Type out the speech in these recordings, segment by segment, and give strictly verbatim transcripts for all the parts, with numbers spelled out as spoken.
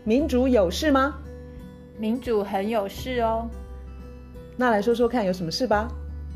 民主有事吗？ 民主很有事哦。 那来说说看有什么事吧。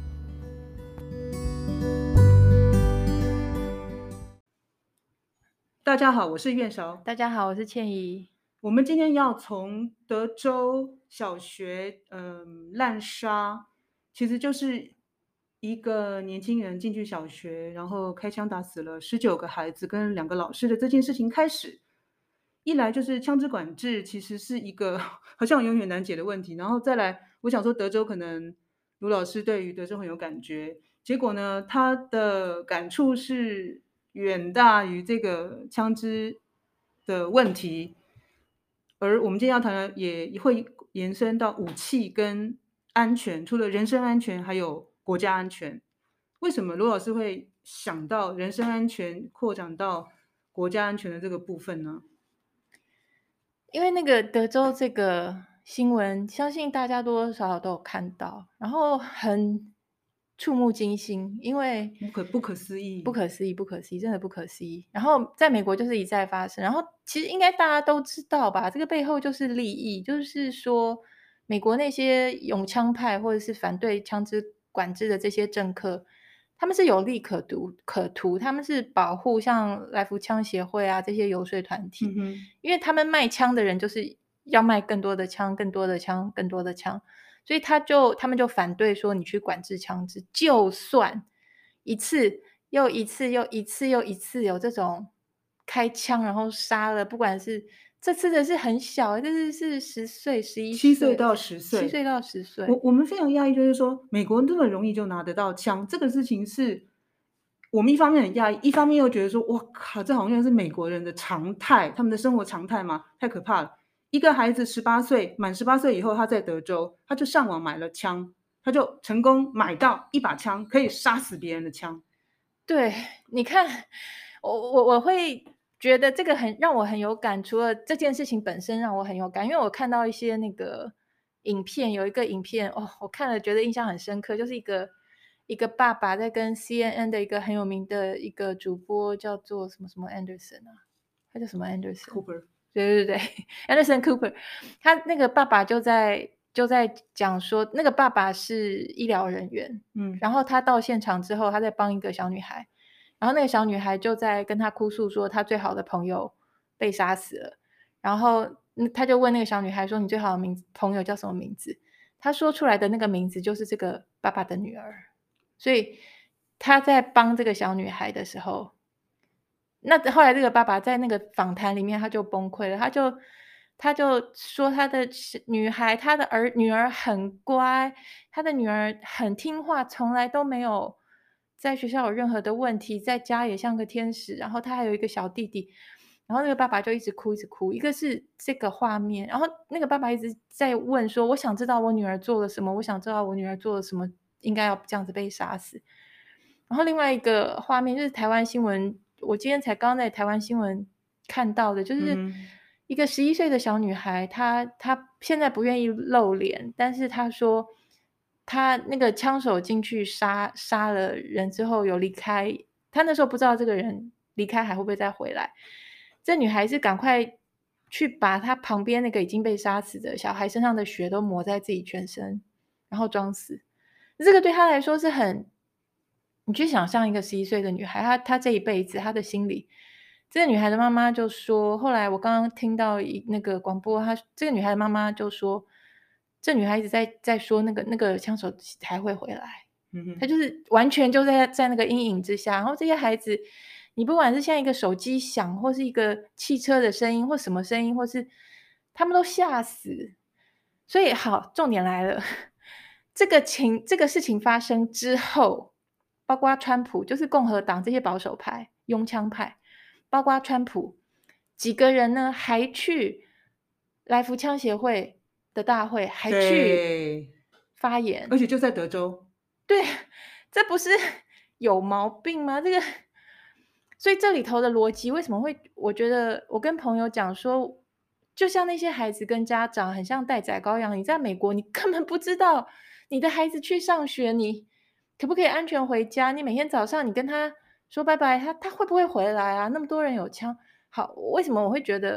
大家好，我是苑韶。 大家好，我是倩怡。 我们今天要从德州小学嗯滥杀，其实就是一个年轻人进去小学，然后开枪打死了十九个孩子跟两个老师的这件事情开始。一来就是枪支管制其实是一个好像永远难解的问题，然后再来我想说德州可能卢老师对于德州很有感觉，结果呢他的感触是远大于这个枪支的问题，而我们今天要谈的也会延伸到武器跟安全，除了人身安全还有国家安全。为什么卢老师会想到人身安全扩展到国家安全的这个部分呢？ 因为那个德州这个新闻，相信大家多多少少都有看到，然后很触目惊心，因为不可不可思议， 不可思议，不可思议，真的不可思议。然后在美国就是一再发生，然后其实应该大家都知道吧，这个背后就是利益，就是说美国那些拥枪派或者是反对枪支管制的这些政客，他们是有利可图可图，他们是保护像来福枪协会啊这些游说团体， 嗯哼， 因为他们卖枪的人就是要卖更多的枪，更多的枪，更多的枪，所以他就他们就反对说你去管制枪支，就算一次又一次又一次又一次有这种开枪然后杀了，不管是这次的是很小，这次是十岁、十一岁、 七岁到十岁， 七岁到十岁。 我我们非常讶异，就是说美国那么容易就拿得到枪，这个事情是我们一方面很讶异，一方面又觉得说，哇靠，这好像是美国人的常态，他们的生活常态嘛，太可怕了。一个孩子十八岁，满十八岁以后，他在德州，他就上网买了枪，他就成功买到一把枪，可以杀死别人的枪。 对，你看，我我我会觉得这个很让我很有感，除了这件事情本身让我很有感，因为我看到一些那个影片，有一个影片哦，我看了觉得印象很深刻，就是一个一个爸爸在跟 C N N 的一个很有名的一个主播叫做什么什么 Anderson 啊，他叫什么 Anderson Cooper， 对对对，Anderson Cooper，他那个爸爸就在就在讲说，那个爸爸是医疗人员， 嗯， 然后他到现场之后，他在帮一个小女孩，然后那个小女孩就在跟他哭诉说，她最好的朋友被杀死了，然后嗯他就问那个小女孩说：“你最好的名朋友叫什么名字？”他说出来的那个名字就是这个爸爸的女儿，所以他在帮这个小女孩的时候。那后来这个爸爸在那个访谈里面他就崩溃了，他就他就说他的女孩他的儿女儿很乖，他的女儿很听话，从来都没有在学校有任何的问题，在家也像个天使，然后他还有一个小弟弟。然后那个爸爸就一直哭一直哭，一个是这个画面，然后那个爸爸一直在问说：“我想知道我女儿做了什么，我想知道我女儿做了什么，应该要这样子被杀死。”然后另外一个画面就是台湾新闻，我今天才刚在台湾新闻看到的，就是嗯一个十一岁的小女孩，她她现在不愿意露脸，但是她说她那个枪手进去杀杀了人之后有离开，她那时候不知道这个人离开还会不会再回来。这女孩是赶快去把她旁边那个已经被杀死的小孩身上的血都抹在自己全身，然后装死。这个对她来说是很你去想象一个十一岁的女孩，她她这一辈子她的心理这个女孩的妈妈就说后来我刚刚听到一那个广播，她这个女孩的妈妈就说，这女孩一直在在说那个那个枪手还会回来。 嗯她就是完全就在在那个阴影之下，然后这些孩子，你不管是像一个手机响，或是一个汽车的声音，或什么声音，或是他们都吓死。所以好，重点来了，这个情这个事情发生之后，包括川普，就是共和党这些保守派、拥枪派，包括川普几个人呢，还去来福枪协会的大会，还去发言， 而且就在德州。 对，这不是有毛病吗？这个，所以这里头的逻辑为什么会？我觉得我跟朋友讲说，就像那些孩子跟家长很像待宰羔羊。你在美国，你根本不知道你的孩子去上学，你可不可以安全回家？你每天早上你跟他说拜拜，他他会不会回来啊？那么多人有枪，好，为什么我会觉得？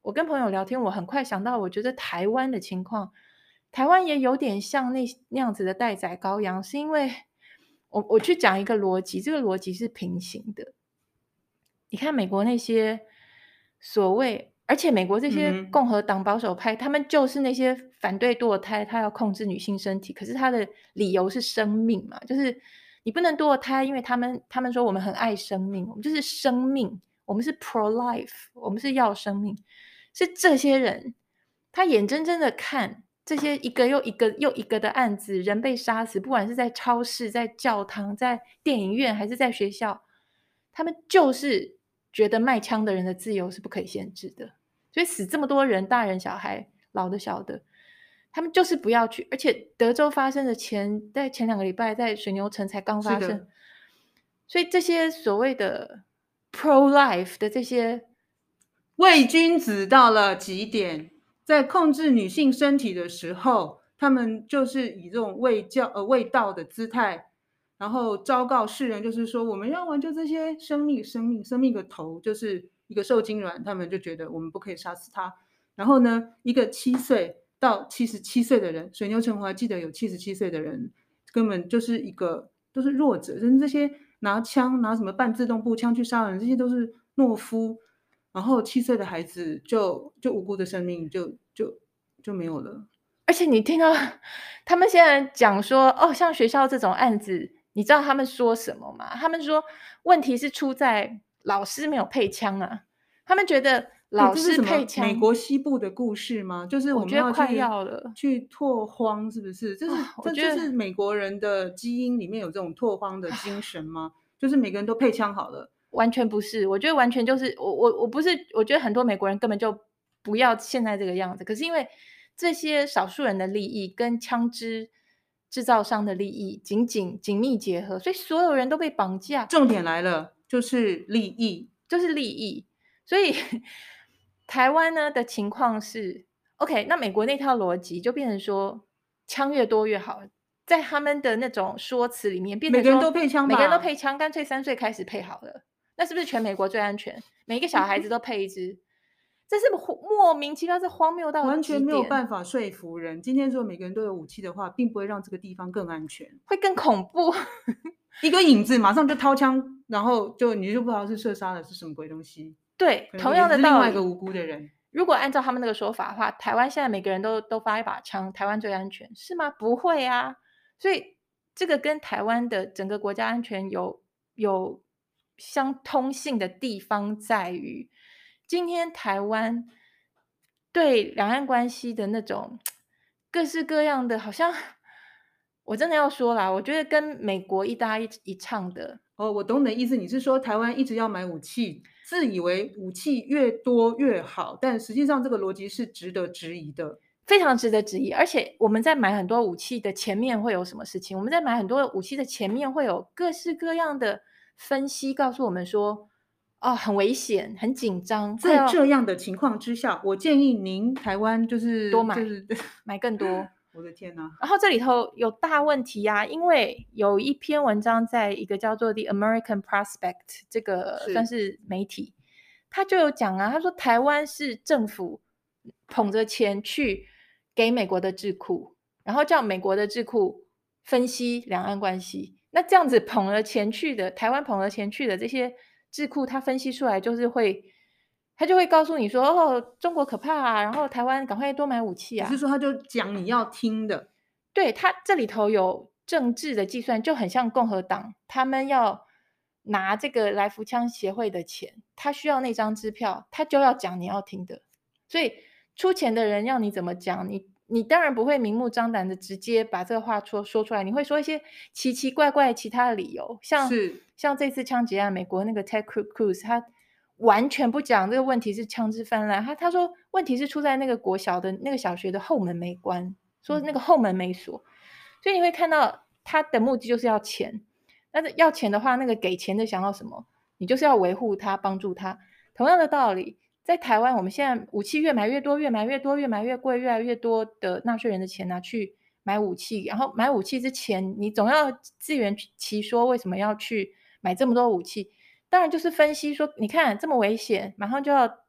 我跟朋友聊天，我很快想到，我觉得台湾的情况，台湾也有点像那那样子的待宰羔羊，是因为我我去讲一个逻辑，这个逻辑是平行的。你看美国那些所谓，而且美国这些嗯哼， 共和党保守派，他们就是那些反对堕胎，他要控制女性身体，可是他的理由是生命嘛，就是你不能堕胎，因为他们他们说我们很爱生命，我们就是生命，我们是 pro life，我们是要生命，是这些人，他眼睁睁的看这些一个又一个又一个的案子，人被杀死，不管是在超市、在教堂、在电影院还是在学校，他们就是觉得卖枪的人的自由是不可以限制的，所以死这么多人，大人小孩，老的小的，他们就是不要去。而且德州发生的前在前两个礼拜，在水牛城才刚发生，所以这些所谓的 pro life 的这些伪君子到了极点，在控制女性身体的时候，他们就是以这种卫教呃卫道的姿态，然后昭告世人，就是说我们要挽救这些生命，生命，生命的头就是一个受精卵，他们就觉得我们不可以杀死它。然后呢，一个七岁到七十七岁的人，水牛城我还记得有七十七岁的人，根本就是一个都是弱者，就是这些拿枪拿什么半自动步枪去杀人，这些都是懦夫。然后七岁的孩子就就无辜的生命就就就没有了。 而且你听到他们现在讲说，哦，像学校这种案子，你知道他们说什么吗？他们说问题是出在老师没有配枪啊，他们觉得老师配枪。 美国西部的故事吗？就是我们要去要了去拓荒，是不是？这是、哦、这就是美国人的基因里面有这种拓荒的精神吗？就是每个人都配枪好了。 完全不是，我觉得完全就是我我我不是，我觉得很多美国人根本就不要现在这个样子。可是因为这些少数人的利益跟枪支制造商的利益紧紧紧密结合，所以所有人都被绑架。 重点来了，就是利益， 就是利益。所以台湾呢的情况是 ，OK， 那美国那套逻辑就变成说，枪越多越好。在他们的那种说辞里面，变成每个人都配枪吧， 每个人都配枪，干脆三岁开始配好了。那是不是全美国最安全？每一个小孩子都配一支，这是莫名其妙，是荒谬到完全没有办法说服人。今天说每个人都有武器的话，并不会让这个地方更安全， 会更恐怖。 一个影子马上就掏枪，然后就你就不知道是射杀了是什么鬼东西。 对，同样的道理， 另外一个无辜的人。 如果按照他们那个说法的话，台湾现在每个人都都发一把枪，台湾最安全是吗？不会啊。所以这个跟台湾的整个国家安全有有相通性的地方在于，今天台湾对两岸关系的那种各式各样的，好像我真的要说啦，我觉得跟美国一搭一一唱的。 哦，我懂你的意思，你是说台湾一直要买武器，自以为武器越多越好，但实际上这个逻辑是值得质疑的。 非常值得质疑，而且我们在买很多武器的前面会有什么事情？我们在买很多武器的前面会有各式各样的分析，告诉我们说，哦，很危险，很紧张。 在这样的情况之下，我建议您台湾就是多买， 就是买更多。 我的天哪！ 然后这里头有大问题啊，因为有一篇文章在一个叫做 The American Prospect 这个算是媒体，他就有讲啊，他说台湾是政府捧着钱去给美国的智库，然后叫美国的智库分析两岸关系。那这样子捧了钱去的，台湾捧了钱去的这些智库，他分析出来就是会，他就会告诉你说，哦，中国可怕啊，然后台湾赶快多买武器啊。 只是说他就讲你要听的， 对，他这里头有政治的计算，就很像共和党，他们要拿这个来福枪协会的钱，他需要那张支票，他就要讲你要听的。所以出钱的人要你怎么讲，你你当然不会明目张胆的直接把这个话说说出来，你会说一些奇奇怪怪其他的理由，像是像这次枪击案，美国那个 Ted Cruz 他完全不讲这个问题是枪支泛滥，他他说问题是出在那个国小的那个小学的后门没关，说那个后门没锁，所以你会看到他的目的就是要钱。但是要钱的话，那个给钱的想要什么？你就是要维护他，帮助他。同样的道理，在台湾，我们现在武器越买越多，越买越多，越买越贵，越来越多的纳税人的钱拿去买武器。然后买武器之前，你总要自圆其说，为什么要去买这么多武器？当然就是分析说，你看这么危险，马上就要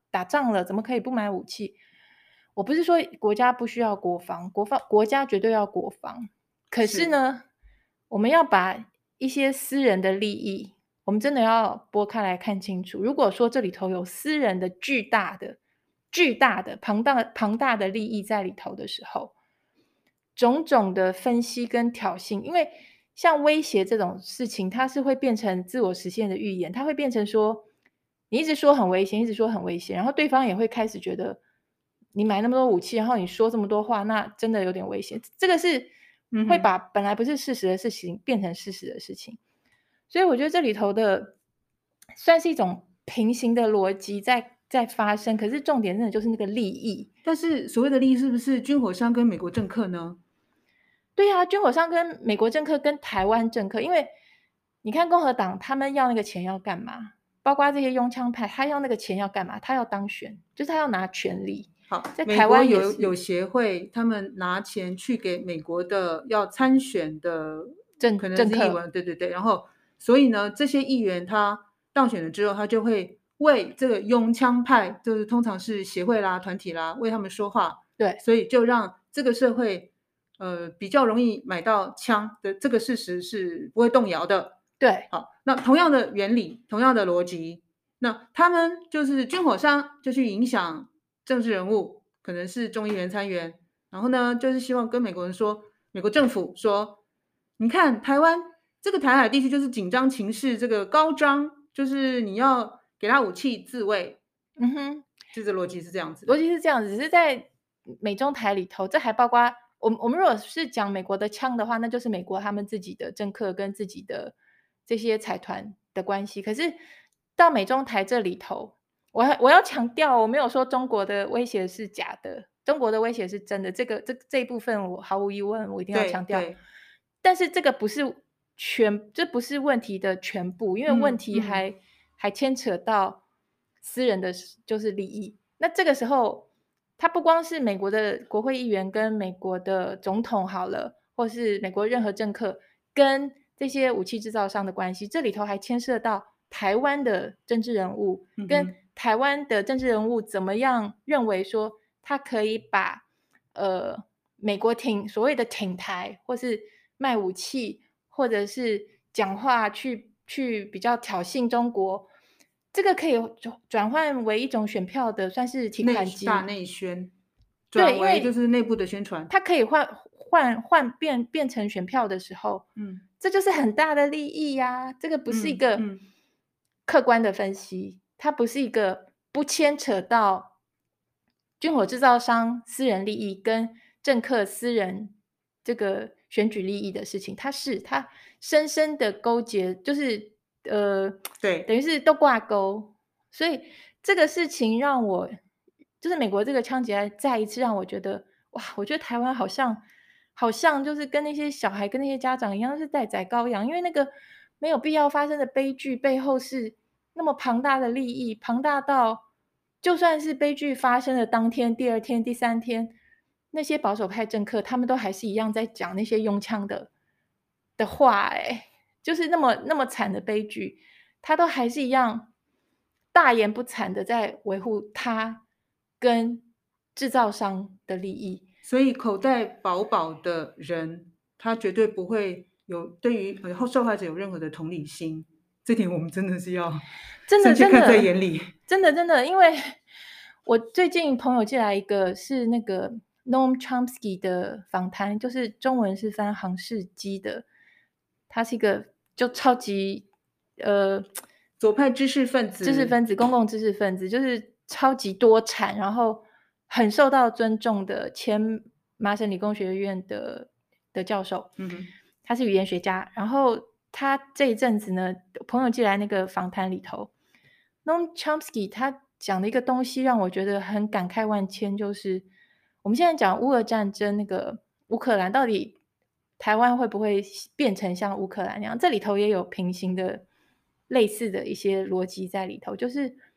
打仗了，怎么可以不买武器？我不是说国家不需要国防，国防国家绝对要国防，可是是呢，我们要把一些私人的利益，我们真的要拨开来看清楚。如果说这里头有私人的巨大的、巨大的、庞大庞大的利益在里头的时候，种种的分析跟挑衅，因为像威胁这种事情，它是会变成自我实现的预言，它会变成说，你一直说很危险，一直说很危险，然后对方也会开始觉得你买那么多武器，然后你说这么多话，那真的有点危险。这个是会嗯哼， 把本来不是事实的事情变成事实的事情，所以我觉得这里头的算是一种平行的逻辑在在发生，可是重点真的就是那个利益。 但是所谓的利益是不是军火商跟美国政客呢？ 对啊，军火商跟美国政客跟台湾政客，因为你看共和党他们要那个钱要干嘛？包括这些拥枪派，他要那个钱要干嘛？他要当选，就是他要拿权力。 好， 在台美国湾也是有有协会，他们拿钱去给美国的要参选的，可政政客， 能是议员，对对对。然后，所以呢，这些议员他当选了之后，他就会为这个拥枪派，就是通常是协会啦、团体啦，为他们说话， 对所以就让这个社会，呃，比较容易买到枪的这个事实是不会动摇的。 对好，那同样的原理，同样的逻辑，那他们就是军火商就去影响政治人物，可能是众议员、参议员，然后呢，就是希望跟美国人说，美国政府说，你看台湾这个台海地区就是紧张情势，这个高涨，就是你要给他武器自卫， 嗯哼， 这个逻辑是这样子逻的。 辑是这样子，只是在美中台里头，这还包括我们我们如果是讲美国的枪的话，那就是美国他们自己的政客跟自己的这些财团的关系。可是到美中台这里头，我还我要强调，我没有说中国的威胁是假的，中国的威胁是真的，这个这这一部分我毫无疑问，我一定要强调。 对对， 但是这个不是全，这不是问题的全部，因为问嗯嗯， 题还还牵扯到私人的就是利益。那这个时候，他不光是美国的国会议员跟美国的总统好了，或是美国任何政客跟这些武器制造商的关系，这里头还牵涉到台湾的政治人物，跟嗯哼， 台湾的政治人物怎么样认为说他可以把呃美国挺所谓的挺台，或是卖武器，或者是讲话去去比较挑衅中国，这个可以转转换为一种选票的，算是提内款机。 大内宣对， 转为就因为是内部的宣传， 它可以换换换变变成选票的时候， 嗯这就是很大的利益呀。这个不是一个嗯嗯， 客观的分析，它不是一个不牵扯到军火制造商私人利益跟政客私人这个选举利益的事情，它是它深深的勾结，就是呃， 对， 等于是都挂钩。所以这个事情让我就是美国这个枪击案再一次让我觉得，哇，我觉得台湾好像好像就是跟那些小孩跟那些家长一样，是待宰羔羊，因为那个没有必要发生的悲剧背后是那么庞大的利益，庞大到就算是悲剧发生的当天、第二天、第三天，那些保守派政客他们都还是一样在讲那些拥枪的的话，哎，就是那么那么惨的悲剧，他都还是一样大言不惭的在维护他跟制造商的利益。 所以口袋饱饱的人，他绝对不会有对于呃受害者有任何的同理心，这点我们真的是要真的深切看在真的眼里。 真的真的，因为我最近朋友寄来一个是那个 Noam Chomsky 的访谈，就是中文是翻杭氏基的，他是一个就超级呃左派知识分子， 知识分子、公共知识分子，就是超级多产，然后很受到尊重的前麻省理工学院的的教授， 嗯哼， 他是语言学家。然后他这一阵子呢，朋友寄来那个访谈里头，Noam Chomsky 他讲的一个东西让我觉得很感慨万千，就是我们现在讲乌俄战争，那个乌克兰到底台湾会不会变成像乌克兰那样？这里头也有平行的类似的一些逻辑在里头，就是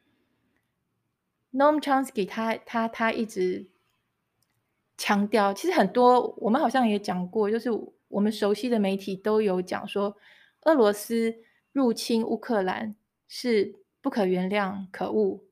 Noam Chomsky 他他他一直强调，其实很多我们好像也讲过，就是我们熟悉的媒体都有讲说，俄罗斯入侵乌克兰是不可原谅、可恶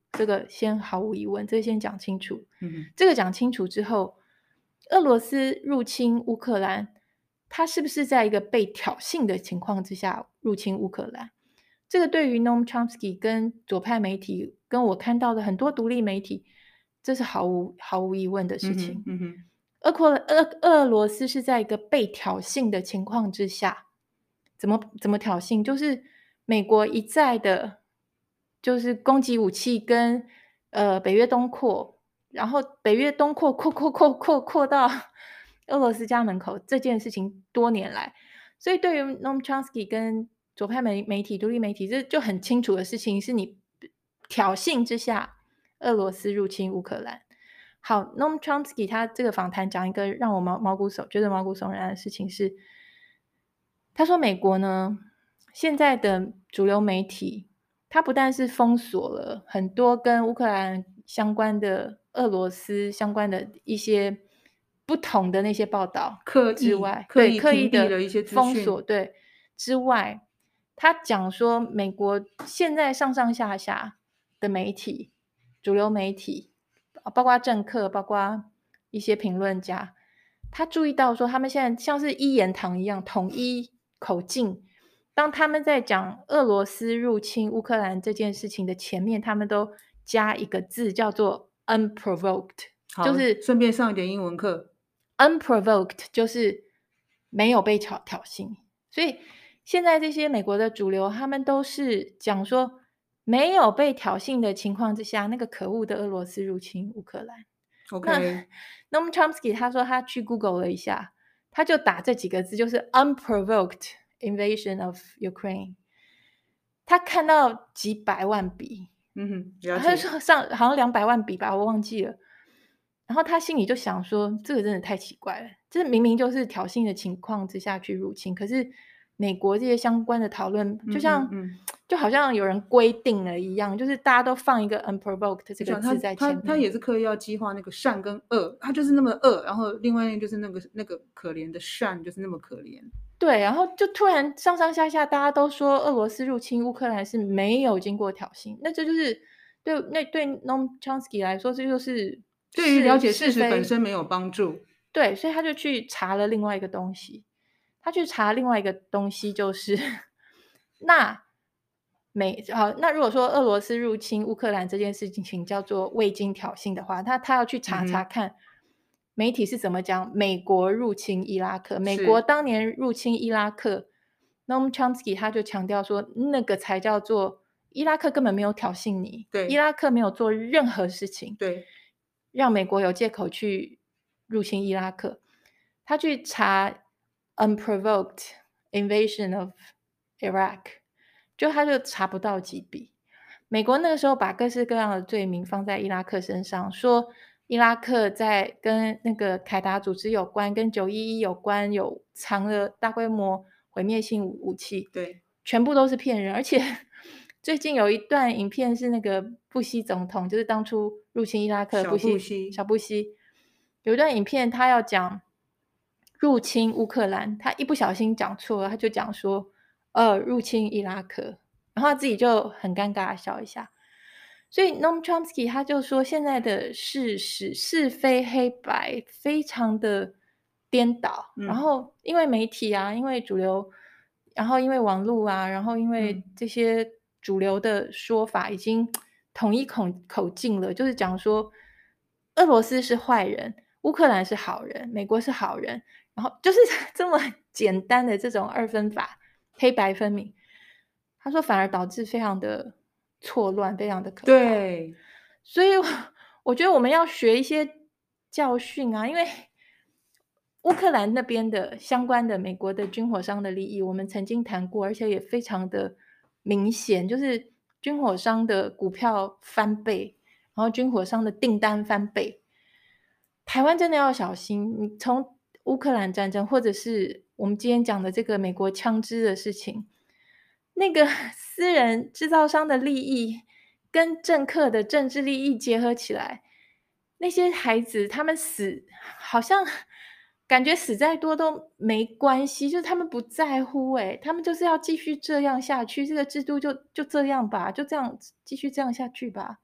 这个先毫无疑问，这个先讲清楚。 嗯这个讲清楚之后，俄罗斯入侵乌克兰，它是不是在一个被挑衅的情况之下入侵乌克兰？这个对于 Noam Chomsky 跟左派媒体，跟我看到的很多独立媒体，这是毫无毫无疑问的事嗯情。 哼嗯哼， 俄国俄俄罗斯是在一个被挑衅的情况之下，怎么怎么挑衅？就是美国一再的，就是攻击武器跟呃北约东扩，然后北约东扩扩扩扩扩扩到俄罗斯家门口这件事情多年来，所以对于 Noam Chomsky 跟左派媒媒体、独立媒体，这就很清楚的事情，是你挑衅之下，俄罗斯入侵乌克兰。好 ，Noam Chomsky 他这个访谈讲一个让我毛毛骨悚觉得毛骨悚然的事情是，他说美国呢现在的主流媒体，它不但是封锁了很多跟乌克兰相关的、俄罗斯相关的一些不同的那些报道刻意之外， 刻对意屏蔽刻意的了一些资封讯锁对之外，他讲说美国现在上上下下的媒体、主流媒体，包括政客，包括一些评论家，他注意到说他们现在像是一言堂一样统一口径。当他们在讲俄罗斯入侵乌克兰这件事情的前面，他们都加一个字叫做 unprovoked， 好， 就是顺便上一点英文课。 unprovoked 就是没有被挑挑衅。所以现在这些美国的主流，他们都是讲说没有被挑衅的情况之下，那个可恶的俄罗斯入侵乌克兰。 OK， 那 Noam Chomsky 他说他去 Google 了一下，他就打这几个字，就是 unprovoked invasion of Ukraine。他看到几百万笔， 嗯哼，了他就解。 说上好像两百万笔吧，我忘记了。然后他心里就想说，这个真的太奇怪了，这明明就是挑衅的情况之下去入侵，可是美国这些相关的讨论，就像、 嗯嗯就好像有人规定了一样，就是大家都放一个 unprovoked 这个我想他字在他前面。 他也是刻意要激化那个善跟恶，他就是那么恶，然后另外一个就是那个那个可怜的善，就是那么可怜。 对，然后就突然上上下下大家都说俄罗斯入侵乌克兰是没有经过挑衅，那这就是对那对 Noam Chomsky 来说，这就是对于了解是事实本非。 身没有帮助。 对，所以他就去查了另外一个东西，他去查另外一个东西就是那美好，那如果说俄罗斯入侵乌克兰这件事情叫做未经挑衅的话，他他要去查嗯哼查看媒体是怎么讲美国入侵伊拉克，美是国当年入侵伊拉克，Noam Chomsky 他就强调说，那个才叫做伊拉克根本没有挑衅你， 对伊拉克没有做任何事情， 对， 让美国有借口去入侵伊拉克。他去查 unprovoked invasion of Iraq，就他就查不到几笔。美国那个时候把各式各样的罪名放在伊拉克身上，说伊拉克在跟那个凯达组织有关，跟九一一有关，有藏了大规模毁灭性武武器， 对， 全部都是骗人。而且最近有一段影片是那个布希总统，就是当初入侵伊拉克的小布希布希小布希，有一段影片他要讲入侵乌克兰，他一不小心讲错了，他就讲说呃入侵伊拉克，然后他自己就很尴尬笑一下。所以 Noam Chomsky 他就说，现在的事实是非黑白非常的颠倒， 嗯然后因为媒体啊，因为主流，然后因为网络啊，然后因为嗯这些主流的说法已经统一口口径了，就是讲说俄罗斯是坏人，乌克兰是好人，美国是好人，然后就是这么简单的这种二分法，黑白分明。他说反而导致非常的错乱，非常的可怕。 对， 所以我我觉得我们要学一些教训啊，因为乌克兰那边的相关的美国的军火商的利益，我们曾经谈过，而且也非常的明显，就是军火商的股票翻倍，然后军火商的订单翻倍。台湾真的要小心，你从乌克兰战争，或者是我们今天讲的这个美国枪支的事情，那个私人制造商的利益跟政客的政治利益结合起来，那些孩子他们死，好像感觉死再多都没关系，就是他们不在乎诶、他们就是要继续这样下去，这个制度就就这样吧，就这样继续这样下去吧。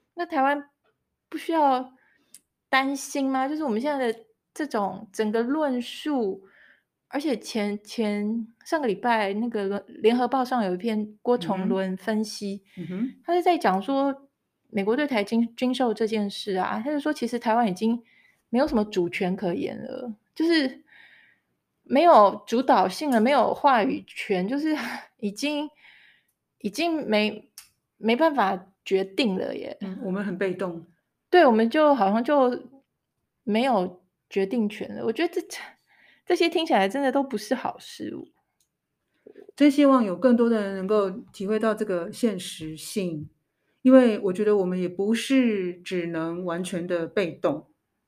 那台湾不需要担心吗？就是我们现在的这种整个论述，而且前前上个礼拜那个伦联合报上有一篇郭嗯哼， 崇伦分析， 嗯哼， 他是在讲说美国对台军军售这件事啊，他就说其实台湾已经没有什么主权可言了，就是没有主导性了，没有话语权，就是已经已经没没办法决定了耶。 嗯，我们很被动。 对，我们就好像就没有决定权了。我觉得这这些听起来真的都不是好事物。 真希望有更多的人能够体会到这个现实性，因为我觉得我们也不是只能完全的被动。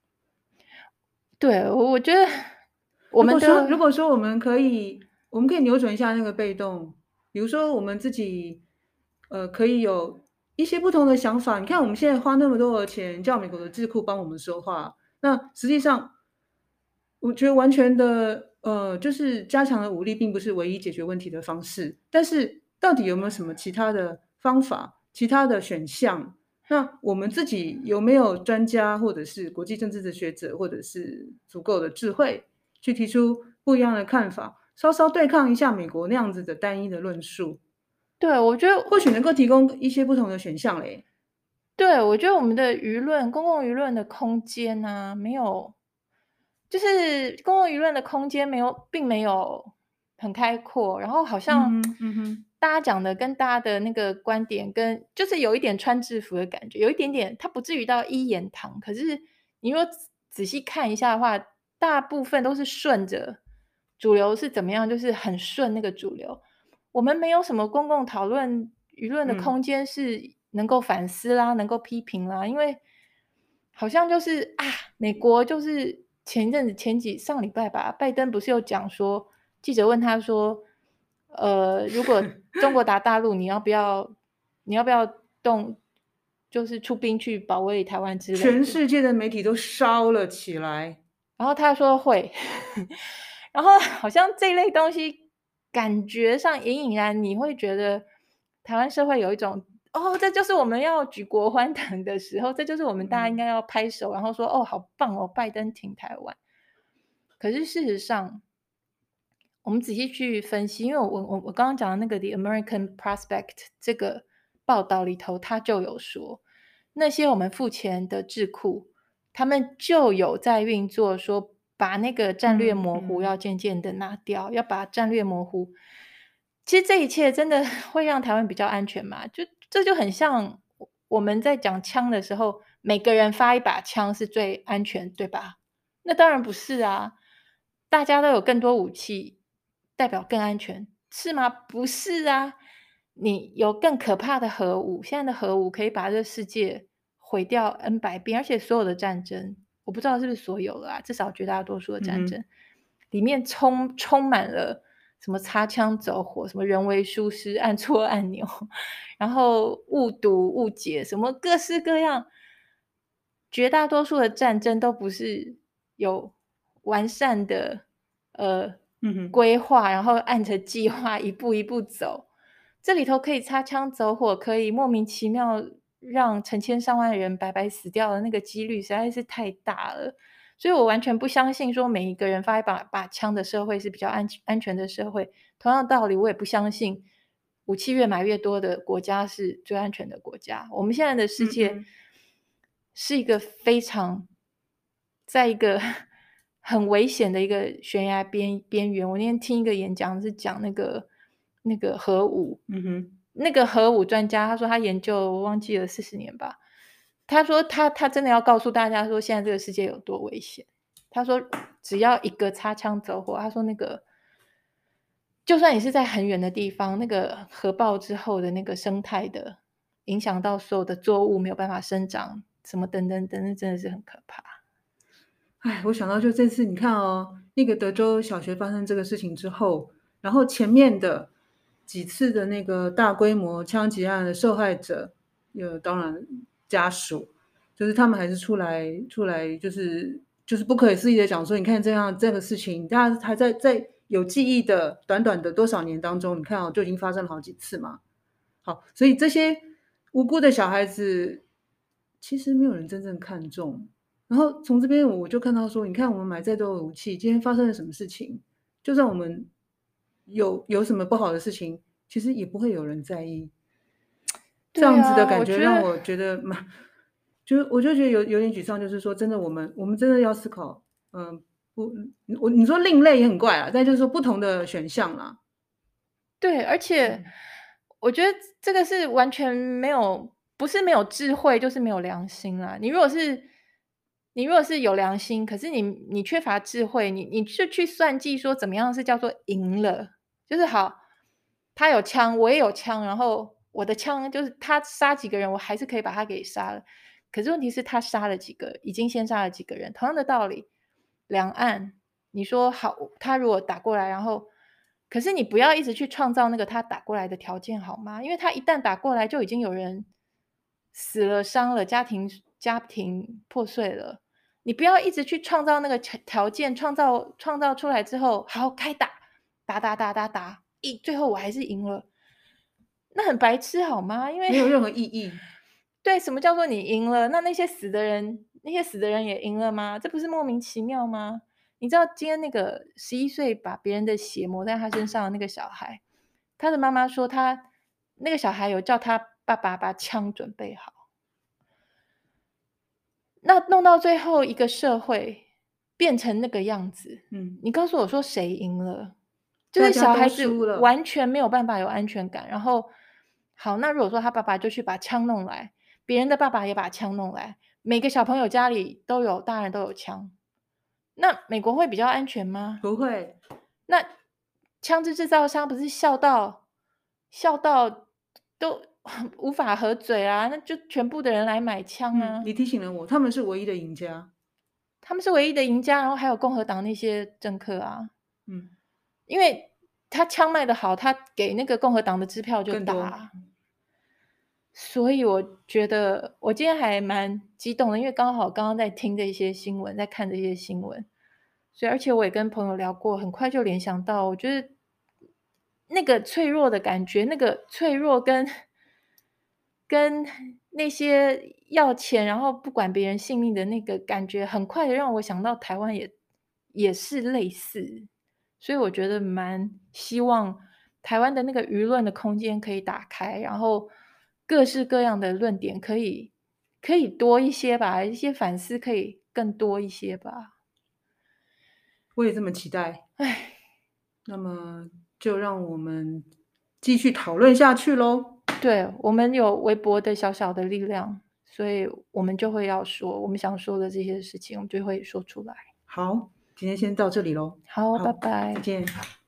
对，我我觉得我如果说如们的果说我们可以我们可以扭转一下那个被动，比如说我们自己，呃，可以有一些不同的想法。你看我们现在花那么多的钱叫美国的智库帮我们说话，那实际上我觉得完全的，呃，就是加强了武力并不是唯一解决问题的方式，但是到底有没有什么其他的方法、其他的选项？那我们自己有没有专家，或者是国际政治的学者，或者是足够的智慧，去提出不一样的看法，稍稍对抗一下美国那样子的单一的论述， 对，我觉得或许能够提供一些不同的选项嘞。 对，我觉得我们的舆论公共舆论的空间啊，没有就是公共舆论的空间没有并没有很开阔，然后好像嗯哼，嗯哼， 大家讲的跟大家的那个观点跟就是有一点穿制服的感觉，有一点点它不至于到一言堂，可是你若仔仔细看一下的话，大部分都是顺着主流是怎么样，就是很顺那个主流。我们没有什么公共讨论舆论的嗯。 空间是能够反思啦，能够批评啦，因为好像就是啊，美国就是前一阵子前几上礼拜吧，拜登不是有讲说，记者问他说，呃，如果中国打大陆，你要不要你要不要动，就是出兵去保卫台湾之类的。 全世界的媒体都烧了起来。 然后他说会，然后好像这一类东西，感觉上隐隐然你会觉得台湾社会有一种，哦，这就是我们要举国欢腾的时候，这就是我们大家应嗯， 该要拍手，然后说，哦，好棒哦，拜登挺台湾。可是事实上，我们仔细去分析，因为我我我刚刚讲的那个《The American Prospect》这个报道里头，他就有说，那些我们付钱的智库，他们就有在运作说，把那个战略嗯模糊要嗯， 渐渐的拿掉，要把战略模糊其实这一切真的会让台湾比较安全吗？就这就很像我我们在讲枪的时候，每个人发一把枪是最安全，对吧？那当然不是啊，大家都有更多武器，代表更安全，是吗？不是啊，你有更可怕的核武，现在的核武可以把这个世界毁掉 N 百遍，而且所有的战争，我不知道是不是所有了啊，至少绝大多数的嗯哼， 战争，里面充充满了什么擦枪走火，什么人为疏失、按错按钮，然后误读、误解，什么各式各样。绝大多数的战争都不是有完善的，呃， 嗯哼， 规划，然后按着计划一步一步走。这里头可以擦枪走火，可以莫名其妙让成千上万人白白死掉的那个几率实在是太大了。所以我完全不相信说每一个人发一把把枪的社会是比较安安全的社会。同样道理，我也不相信武器越买越多的国家是最安全的国家。我们现在的世界嗯哼， 是一个非常在一个很危险的一个悬崖边边缘。我那天听一个演讲是讲那个那个核武， 嗯哼， 那个核武专家他说他研究我忘记了四十年吧，他说他他真的要告诉大家说现在这个世界有多危险。他说只要一个擦枪走火，他说那个就算你是在很远的地方，那个核爆之后的那个生态的影响到所有的作物没有办法生长，什么等等等，那真的是很可怕。 哎，我想到就这次你看哦，那个德州小学发生这个事情之后，然后前面的几次的那个大规模枪击案的受害者，呃，当然家属，就是他们还是出来出来，就是就是不可思议的讲说，你看这样这个事情，大家还在在有记忆的短短的多少年当中，你看哦，就已经发生了好几次嘛。好，所以这些无辜的小孩子其实没有人真正看重。然后从这边我就看到说，你看我们买再多的武器，今天发生了什么事情，就算我们有有什么不好的事情，其实也不会有人在意。这样子的对啊， 感觉让我觉得我觉得蛮就是我就觉得有有点沮丧，就是说真的我们我们真的要思考，嗯，不我你说另类也很怪啦，但就是说不同的选项啦。 对，而且嗯。 我觉得这个是完全没有不是没有智慧，就是没有良心啦。你如果是你如果是有良心，可是你你缺乏智慧，你你就去算计说怎么样是叫做赢了。就是好，他有枪，我也有枪，然后我的枪就是他杀几个人，我还是可以把他给杀了。可是问题是他杀了几个，已经先杀了几个人。同样的道理，两岸你说好，他如果打过来，然后可是你不要一直去创造那个他打过来的条件好吗？因为他一旦打过来，就已经有人死了、伤了，家庭家庭破碎了。你不要一直去创造那个条条件，创造创造出来之后，好开打，打打打打打，一最后我还是赢了，那很白痴好吗？因为没有任何意义。 对，什么叫做你赢了？那那些死的人那些死的人也赢了吗？这不是莫名其妙吗？你知道今天那个十一岁把别人的血抹在他身上的那个小孩，他的妈妈说他那个小孩有叫他爸爸把枪准备好。那弄到最后一个社会变成那个样子， 嗯。 你告诉我说谁赢了？就是大家都小孩子输了。 完全没有办法有安全感，然后好，那如果说他爸爸就去把枪弄来，别人的爸爸也把枪弄来，每个小朋友家里都有大人都有枪，那美国会比较安全吗？ 不会。 那枪支制造商不是笑到笑到都无法合嘴啊，那就全部的人来买枪嗯， 啊。 你提醒了我，他们是唯一的赢家。 他们是唯一的赢家，然后还有共和党那些政客啊。 嗯。 因为他枪卖得好，他给那个共和党的支票就更多。 大啊。所以我觉得我今天还蛮激动的，因为刚好刚刚在听这些新闻，在看这些新闻，所以而且我也跟朋友聊过，很快就联想到，我觉得那个脆弱的感觉，那个脆弱跟跟那些要钱，然后不管别人性命的那个感觉，很快的让我想到台湾也也是类似。所以我觉得蛮希望台湾的那个舆论的空间可以打开，然后各式各样的论点可以可以多一些吧，一些反思可以更多一些吧。 我也这么期待。 唉。 那么就让我们继续讨论下去咯。 对，我们有微薄的小小的力量，所以我们就会要说，我们想说的这些事情，我们就会说出来。 好，今天先到这里咯。 好，拜好， 拜。 再见。